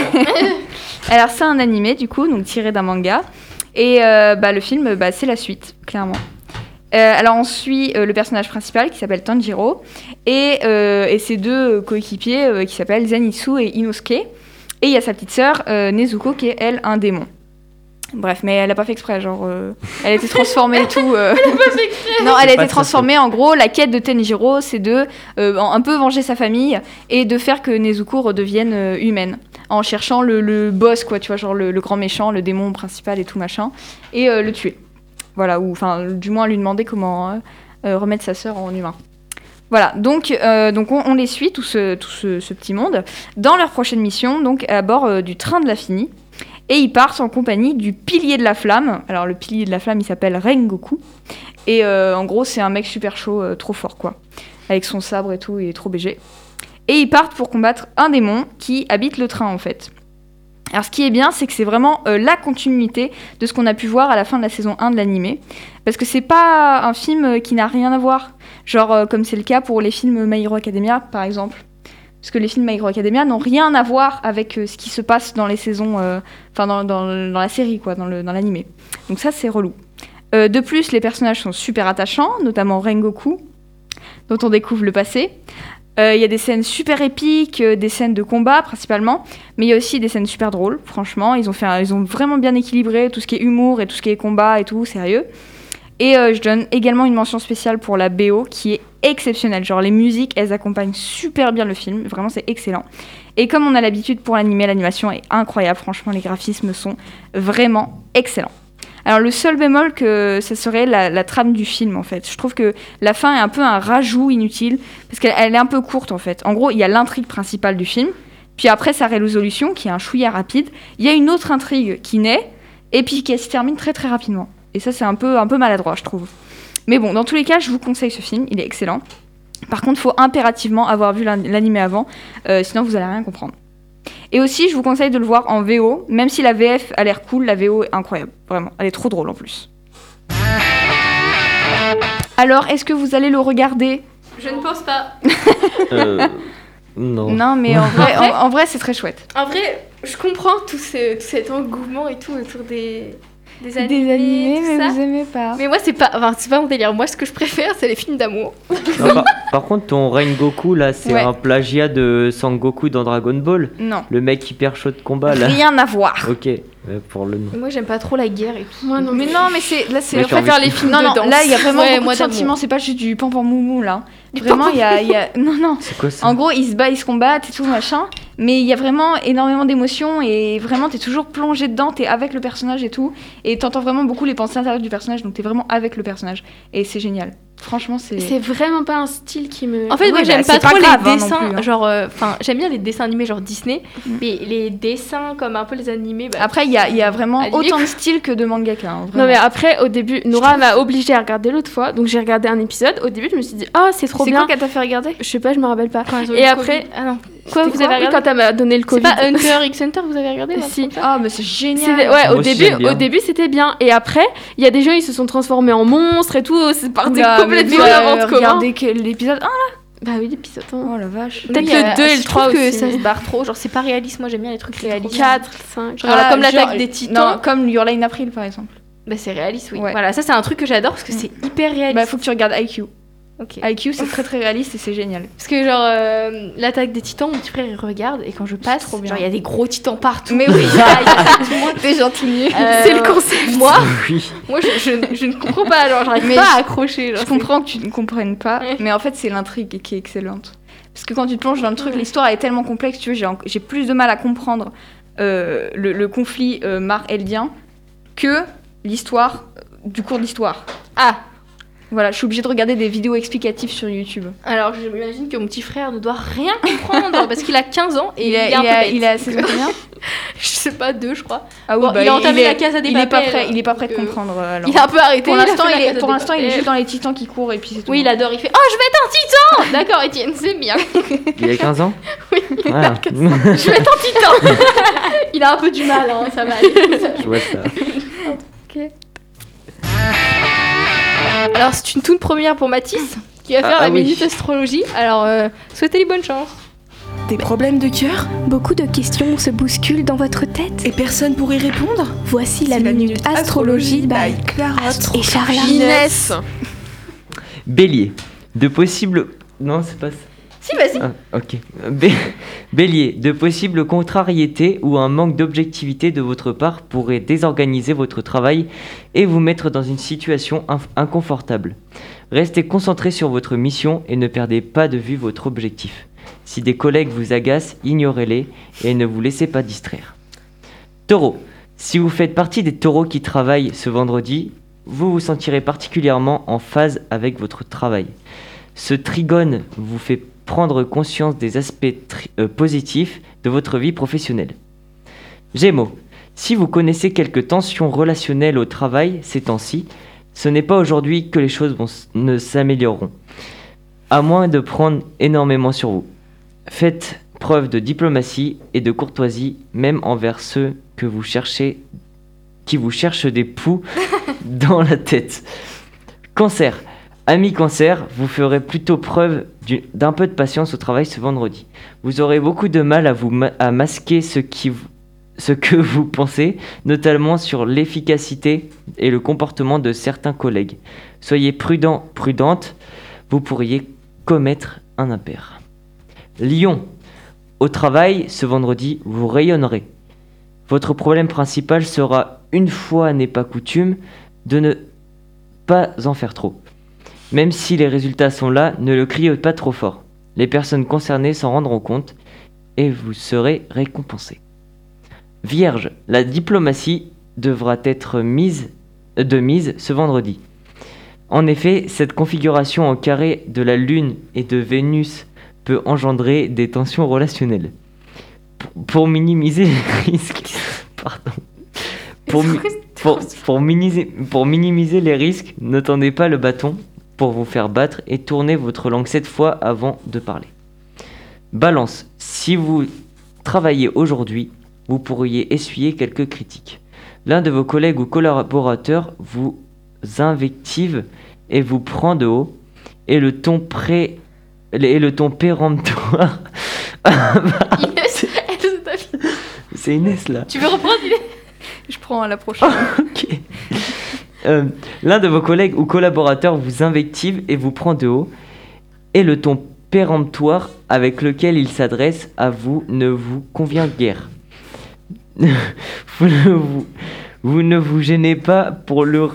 Alors, c'est un animé, du coup, donc tiré d'un manga. Et le film, c'est la suite, clairement. Alors, on suit le personnage principal qui s'appelle Tanjiro et ses deux coéquipiers qui s'appellent Zenitsu et Inosuke. Et il y a sa petite sœur Nezuko qui est, elle, un démon. Bref, mais elle a pas fait exprès, genre... elle a été transformée et tout... Elle a pas fait exprès. Non, elle a été transformée, en gros, la quête de Tanjiro, c'est de un peu venger sa famille et de faire que Nezuko redevienne humaine. En cherchant le boss, quoi, tu vois, genre le grand méchant, le démon principal et tout machin, et le tuer. Voilà, ou enfin, du moins lui demander comment remettre sa sœur en humain. Voilà, donc on les suit, tout ce petit monde, dans leur prochaine mission, donc à bord du train de l'infini. Et ils partent en compagnie du pilier de la flamme. Alors le pilier de la flamme, il s'appelle Rengoku. Et en gros, c'est un mec super chaud, trop fort, quoi. Avec son sabre et tout, il est trop BG. Et ils partent pour combattre un démon qui habite le train, en fait. Alors ce qui est bien, c'est que c'est vraiment la continuité de ce qu'on a pu voir à la fin de la saison 1 de l'animé. Parce que c'est pas un film qui n'a rien à voir. Genre comme c'est le cas pour les films My Hero Academia, par exemple. Parce que les films My Hero Academia n'ont rien à voir avec ce qui se passe dans les saisons... dans la série, quoi, dans l'animé. Donc ça, c'est relou. De plus, les personnages sont super attachants, notamment Rengoku, dont on découvre le passé. Il y a des scènes super épiques, des scènes de combat principalement, mais il y a aussi des scènes super drôles, franchement. Ils ont vraiment bien équilibré tout ce qui est humour et tout ce qui est combat et tout, sérieux. Et je donne également une mention spéciale pour la BO qui est exceptionnelle. Genre les musiques, elles accompagnent super bien le film, vraiment c'est excellent. Et comme on a l'habitude pour l'animé, l'animation est incroyable, franchement les graphismes sont vraiment excellents. Alors le seul bémol que ça serait la trame du film en fait. Je trouve que la fin est un peu un rajout inutile parce qu'elle est un peu courte en fait. En gros, il y a l'intrigue principale du film, puis après sa résolution qui est un chouïa rapide. Il y a une autre intrigue qui naît et puis qui se termine très très rapidement. Et ça c'est un peu maladroit je trouve. Mais bon, dans tous les cas, je vous conseille ce film, il est excellent. Par contre, il faut impérativement avoir vu l'animé avant, sinon vous allez rien comprendre. Et aussi, je vous conseille de le voir en VO, même si la VF a l'air cool, la VO est incroyable, vraiment, elle est trop drôle en plus. Alors, est-ce que vous allez le regarder ? Je ne pense pas. Non. Non, mais en vrai, c'est très chouette. En vrai, Je comprends tout cet engouement et tout autour des Des animés, animés, tout mais ça. vous aimez pas. Mais moi, c'est pas mon délire. Moi, ce que je préfère, c'est les films d'amour. Non, par contre, ton Rengoku là, c'est Ouais. un plagiat de Sangoku dans Dragon Ball. Non. Le mec hyper chaud de combat là. Rien à voir. Ok, pour le nom. Moi, j'aime pas trop la guerre et tout. Moi non. Mais non, mais c'est là, c'est Mais je tu as préfère envie les de- films Non, de non, danse. Là, il y a vraiment ouais, beaucoup moi, de d'amour. sentiments. C'est pas juste du pam-pam-moumou là. Du Vraiment, il y a non. C'est quoi ça? En gros, ils se battent, ils se combattent et tout machin. Mais il y a vraiment énormément d'émotions et vraiment, t'es toujours plongé dedans. T'es avec le personnage et tout. Et t'entends vraiment beaucoup les pensées intérieures du personnage. Donc t'es vraiment avec le personnage. Et c'est génial. Franchement, c'est. C'est vraiment pas un style qui me. En fait, moi, Ouais, j'aime bah, pas c'est trop pas grave, les hein, non dessins. plus, hein. Genre, enfin, j'aime bien les dessins animés, genre Disney. Mais les dessins, comme un peu les animés. Bah, Après, il y a vraiment à limite. autant de styles que de mangaka. Hein, Non vraiment. mais après au début Nora m'a obligée à regarder l'autre fois donc j'ai regardé un épisode. Au début je me suis dit oh c'est trop C'est bien. quoi qu'elle t'a fait regarder? Je sais pas, je me rappelle pas. quand ils ont eu Et le après Covid. Ah non. quoi C'était vous avez quoi regardé quand elle m'a donné le C'est Covid. pas Hunter x Hunter, vous avez regardé moi, Si. Ah, mais c'est génial. Ouais, Moi au aussi, début, j'aime bien. au début c'était bien. Et après, il y a des gens, ils se sont transformés en monstres et tout. C'est parti Oula, complètement mais n'importe comment. regardez l'épisode 1. Bah oui, l'épisode 1. Oh la vache. Peut-être Oui, le 2 et le je trouve 3 que aussi. ça se barre trop. Genre, c'est pas réaliste. Moi, j'aime bien les trucs réalistes. 4, 5. Genre, comme l'attaque genre- des titans. Non, comme Your Line April par exemple. Bah, c'est réaliste, oui. Ouais. Voilà, ça, c'est un truc que j'adore parce que c'est hyper réaliste. Bah, faut que tu regardes IQ. Ok. IQ, c'est très très réaliste et c'est génial. Parce que, genre, l'attaque des titans, mon petit frère, il regarde et quand je passe, trop bien. genre, il y a des gros titans partout. Mais oui, des gens tout nus. C'est le concept. Moi, Oui. moi je ne comprends pas. Genre, j'arrive Mais pas à accrocher. Genre, Je comprends que tu ne comprennes pas, Ouais. mais en fait, c'est l'intrigue qui est excellente. Parce que quand tu te plonges dans le truc, l'histoire est tellement complexe, tu vois, j'ai plus de mal à comprendre le conflit mar-eldien que l'histoire du cours d'histoire. Ah, Voilà, je suis obligée de regarder des vidéos explicatives sur YouTube. alors je m'imagine que mon petit frère ne doit rien comprendre parce qu'il a 15 ans et il est un peu bête. il a saison combien? Je sais pas, 2, je crois. Ah Bon, il a entamé la Casa des il est pas Papel, prêt, il est pas prêt de donc, comprendre. Alors. Il a un peu arrêté. Pour il a l'instant, fait la il est, Casa pour des l'instant, il est Papel. juste dans les titans qui courent et puis c'est tout. Oui, il adore, il fait Oh, je vais être un titan D'accord, Étienne, c'est bien. Il a 15 ans? Oui, Voilà. je vais être un titan. Il a un peu du mal, hein, ça va aller. Je vois ça. Alors, c'est une toute première pour Mathis qui va faire Ah la oui. minute astrologie. Alors, souhaitez-lui bonne chance. Des problèmes de cœur? Beaucoup de questions se bousculent dans votre tête. Et personne pour y répondre? Voici la minute astrologie by Clarotte et Charla. Inès. Bélier. De possibles. Non, c'est pas ça. Si, vas-y. Ah, ok. Bélier, de possibles contrariétés ou un manque d'objectivité de votre part pourrait désorganiser votre travail et vous mettre dans une situation inconfortable. Restez concentré sur votre mission et ne perdez pas de vue votre objectif. Si des collègues vous agacent, ignorez-les et ne vous laissez pas distraire. Taureau, si vous faites partie des taureaux qui travaillent ce vendredi, vous vous sentirez particulièrement en phase avec votre travail. Ce trigone vous fait prendre conscience des aspects positifs de votre vie professionnelle. Gémeaux, si vous connaissez quelques tensions relationnelles au travail ces temps-ci, ce n'est pas aujourd'hui que les choses ne s'amélioreront, à moins de prendre énormément sur vous. Faites preuve de diplomatie et de courtoisie, même envers ceux que vous cherchez, qui vous cherchent des poux dans la tête. Cancer, ami Cancer, vous ferez plutôt preuve d'un peu de patience au travail ce vendredi. Vous aurez beaucoup de mal à masquer ce que vous pensez, notamment sur l'efficacité et le comportement de certains collègues. Soyez prudente, vous pourriez commettre un impair. Lion, au travail ce vendredi, vous rayonnerez. Votre problème principal sera, une fois n'est pas coutume, de ne pas en faire trop. Même si les résultats sont là, ne le criez pas trop fort. Les personnes concernées s'en rendront compte et vous serez récompensé. Vierge, la diplomatie devra être mise ce vendredi. En effet, cette configuration en carré de la Lune et de Vénus peut engendrer des tensions relationnelles. Pour minimiser les risques, pour minimiser les risques, ne tendez pas le bâton pour vous faire battre et tournez votre langue 7 fois avant de parler. Balance, si vous travaillez aujourd'hui, vous pourriez essuyer quelques critiques. L'un de vos collègues ou collaborateurs vous invective et vous prend de haut, et le ton péremptoire C'est Inès là. Tu veux reprendre Je prends à la prochaine. Ok. L'un de vos collègues ou collaborateurs vous invective et vous prend de haut, et le ton péremptoire avec lequel il s'adresse à vous ne vous convient guère. Vous ne vous gênez pas pour le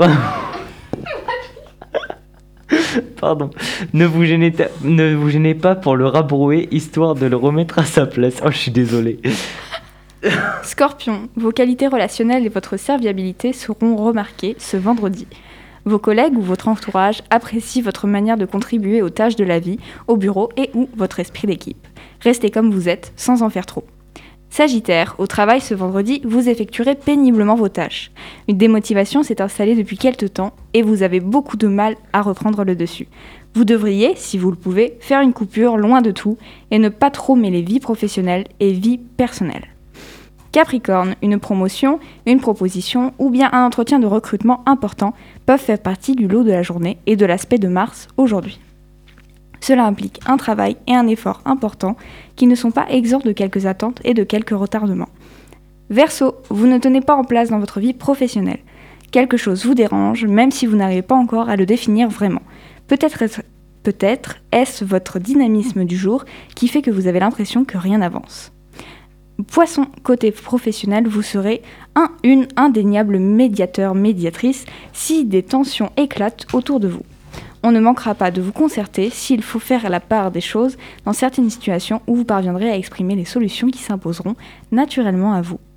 Pardon. Ne vous gênez pas pour le rabrouer, histoire de le remettre à sa place. Oh, je suis désolé. Scorpion, vos qualités relationnelles et votre serviabilité seront remarquées ce vendredi. Vos collègues ou votre entourage apprécient votre manière de contribuer aux tâches de la vie, au bureau et ou votre esprit d'équipe. Restez comme vous êtes, sans en faire trop. Sagittaire, au travail ce vendredi, vous effectuerez péniblement vos tâches. Une démotivation s'est installée depuis quelque temps et vous avez beaucoup de mal à reprendre le dessus. Vous devriez, si vous le pouvez, faire une coupure loin de tout et ne pas trop mêler vie professionnelle et vie personnelle. Capricorne, une promotion, une proposition ou bien un entretien de recrutement important peuvent faire partie du lot de la journée et de l'aspect de Mars aujourd'hui. Cela implique un travail et un effort importants qui ne sont pas exempts de quelques attentes et de quelques retardements. Verseau, vous ne tenez pas en place dans votre vie professionnelle. Quelque chose vous dérange, même si vous n'arrivez pas encore à le définir vraiment. Peut-être est-ce votre dynamisme du jour qui fait que vous avez l'impression que rien n'avance. Poisson, côté professionnel, vous serez une indéniable médiatrice si des tensions éclatent autour de vous. On ne manquera pas de vous concerter s'il faut faire la part des choses dans certaines situations où vous parviendrez à exprimer les solutions qui s'imposeront naturellement à vous.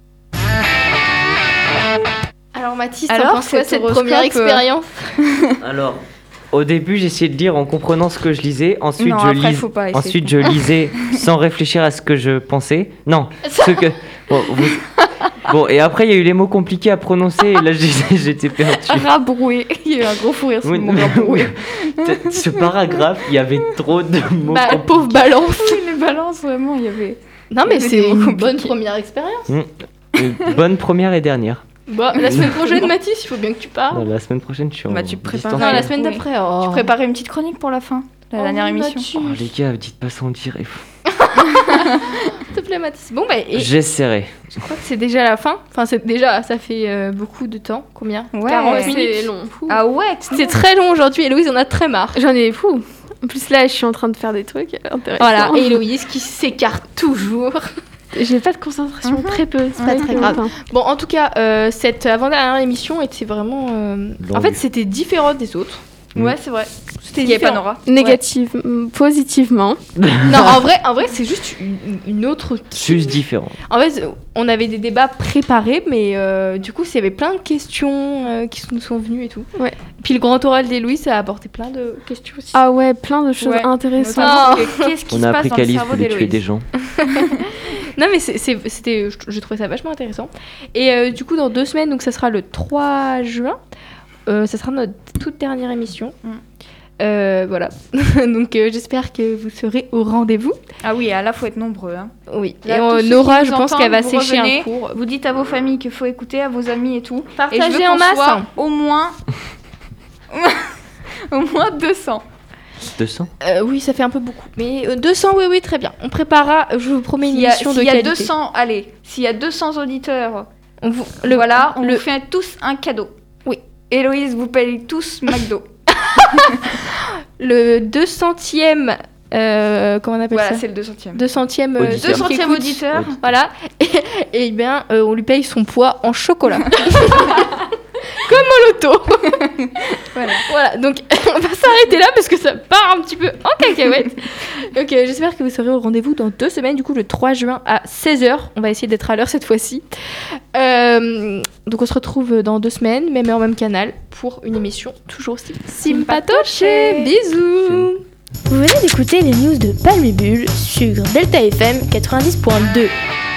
Alors Mathis, t'en penses quoi cette première expérience Alors, au début, j'essayais de lire en comprenant ce que je lisais. Ensuite, je lisais sans réfléchir à ce que je pensais. Non, ce que... Bon, et après, il y a eu les mots compliqués à prononcer, et là, j'étais perdu. Rabroué. Il y a eu un gros fou rire sur le mot rabroué. Ce paragraphe, il y avait trop de mots compliqués. Pauvre balance. Oui, les balances, vraiment, il y avait... Non, mais c'est une bonne première expérience. Bonne première et dernière. Bah, la semaine prochaine, Mathis, il faut bien que tu parles. Non, la semaine prochaine, je suis en tu prépares. Non, la semaine d'après. Tu préparais une petite chronique pour la fin, la dernière émission. Oh, les gars, dites pas sans dire. S'il te plaît, Mathis. Bon, bah, j'essaierai. Je crois que c'est déjà la fin. Enfin, ça fait beaucoup de temps. Combien 40 minutes. C'est long. Ah ouais, c'était très long aujourd'hui. Héloïse en a très marre. J'en ai fou. En plus, là, je suis en train de faire des trucs intéressants. Voilà, et Héloïse qui s'écarte toujours. J'ai pas de concentration, très peu. C'est pas très grave. Bon, en tout cas, cette avant-dernière émission était vraiment... En fait, c'était différent des autres. Ouais, c'est vrai. C'était différent. Négative, positivement. Non, en vrai, c'est juste une autre... Juste différent. En fait, on avait des débats préparés, mais du coup, il y avait plein de questions qui nous sont venues et tout. Ouais. Puis le grand oral d'Héloïse a apporté plein de questions aussi. Ah ouais, plein de choses intéressantes. Qu'est-ce qui on se a passe appris dans le qu'Alice cerveau voulait tuer d'Héloïse des gens. Non, mais c'était, je trouvais ça vachement intéressant. Et du coup, dans 2 semaines, donc ça sera le 3 juin, ça sera notre toute dernière émission. Voilà. Donc j'espère que vous serez au rendez-vous. Ah oui, là, faut être nombreux. Hein. Oui. Là, et Nora, je pense qu'elle va sécher un cours. Vous dites à vos familles qu'il faut écouter, à vos amis et tout. Partagez et je veux en masse. Au moins... au moins 200. 200 Oui, ça fait un peu beaucoup. Mais 200, oui, très bien. On préparera, je vous promets, une émission de qualité. S'il y a 200 auditeurs, on vous fait tous un cadeau. Oui. Héloïse, vous payez tous McDo. Le 200e... comment on appelle ça ? Voilà, c'est le 200e. 200e auditeur. Voilà. Et bien, on lui paye son poids en chocolat. Comme au loto. Voilà, donc on va s'arrêter là parce que ça part un petit peu en cacahuète. Donc j'espère que vous serez au rendez-vous dans 2 semaines, du coup le 3 juin à 16h. On va essayer d'être à l'heure cette fois-ci. Donc on se retrouve dans 2 semaines, même heure, même canal, pour une émission toujours aussi sympatoche. Bisous. Vous venez d'écouter les news de Palmibule sur Delta FM 90.2.